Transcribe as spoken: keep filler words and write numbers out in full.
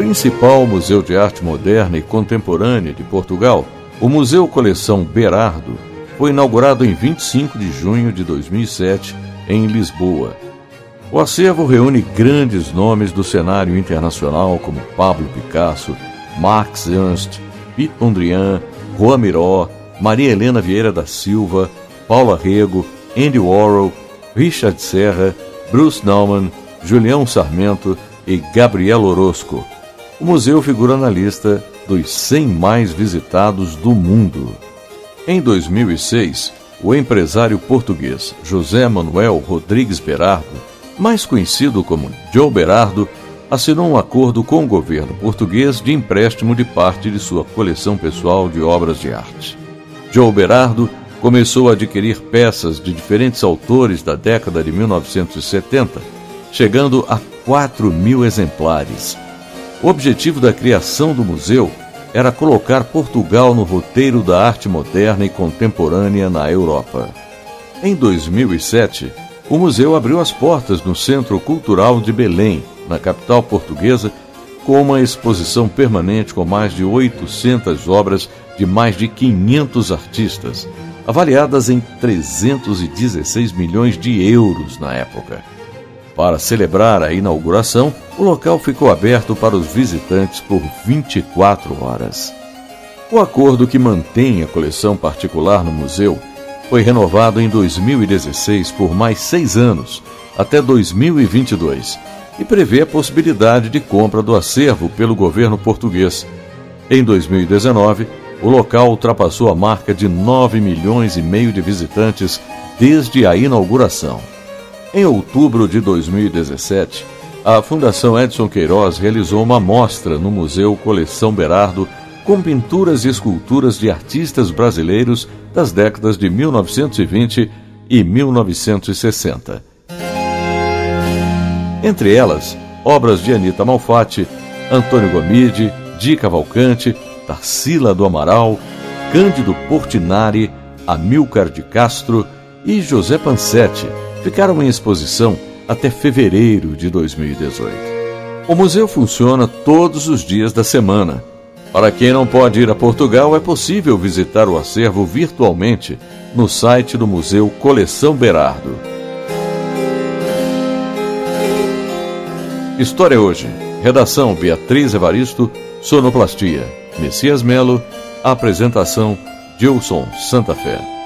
principal museu de arte moderna e contemporânea de Portugal, o Museu Coleção Berardo foi inaugurado em vinte e cinco de junho de dois mil e sete, em Lisboa. O acervo reúne grandes nomes do cenário internacional como Pablo Picasso, Max Ernst, Piet Mondrian, Juan Miró, Maria Helena Vieira da Silva, Paula Rego, Andy Warhol, Richard Serra, Bruce Nauman, Julião Sarmento e Gabriel Orozco. O museu figura na lista dos cem mais visitados do mundo. Em dois mil e seis, o empresário português José Manuel Rodrigues Berardo, mais conhecido como Joe Berardo, assinou um acordo com o governo português de empréstimo de parte de sua coleção pessoal de obras de arte. Joe Berardo começou a adquirir peças de diferentes autores da década de mil novecentos e setenta, chegando a quatro mil exemplares. O objetivo da criação do museu era colocar Portugal no roteiro da arte moderna e contemporânea na Europa. Em dois mil e sete, o museu abriu as portas no Centro Cultural de Belém, na capital portuguesa, com uma exposição permanente com mais de oitocentas obras de mais de quinhentos artistas, avaliadas em trezentos e dezesseis milhões de euros na época. Para celebrar a inauguração, o local ficou aberto para os visitantes por vinte e quatro horas. O acordo que mantém a coleção particular no museu foi renovado em dois mil e dezesseis por mais seis anos, até dois mil e vinte e dois, e prevê a possibilidade de compra do acervo pelo governo português. Em dois mil e dezenove, o local ultrapassou a marca de nove milhões e meio de visitantes desde a inauguração. Em outubro de dois mil e dezessete, a Fundação Edson Queiroz realizou uma mostra no Museu Coleção Berardo com pinturas e esculturas de artistas brasileiros das décadas de mil novecentos e vinte e mil novecentos e sessenta. Entre elas, obras de Anita Malfatti, Antônio Gomide, Di Cavalcante, Tarsila do Amaral, Cândido Portinari, Amílcar de Castro e José Pansetti ficaram em exposição até fevereiro de dois mil e dezoito. O museu funciona todos os dias da semana. Para quem não pode ir a Portugal, é possível visitar o acervo virtualmente no site do Museu Coleção Berardo. História Hoje. Redação Beatriz Evaristo. Sonoplastia Messias Melo. Apresentação Gilson Santa Fé.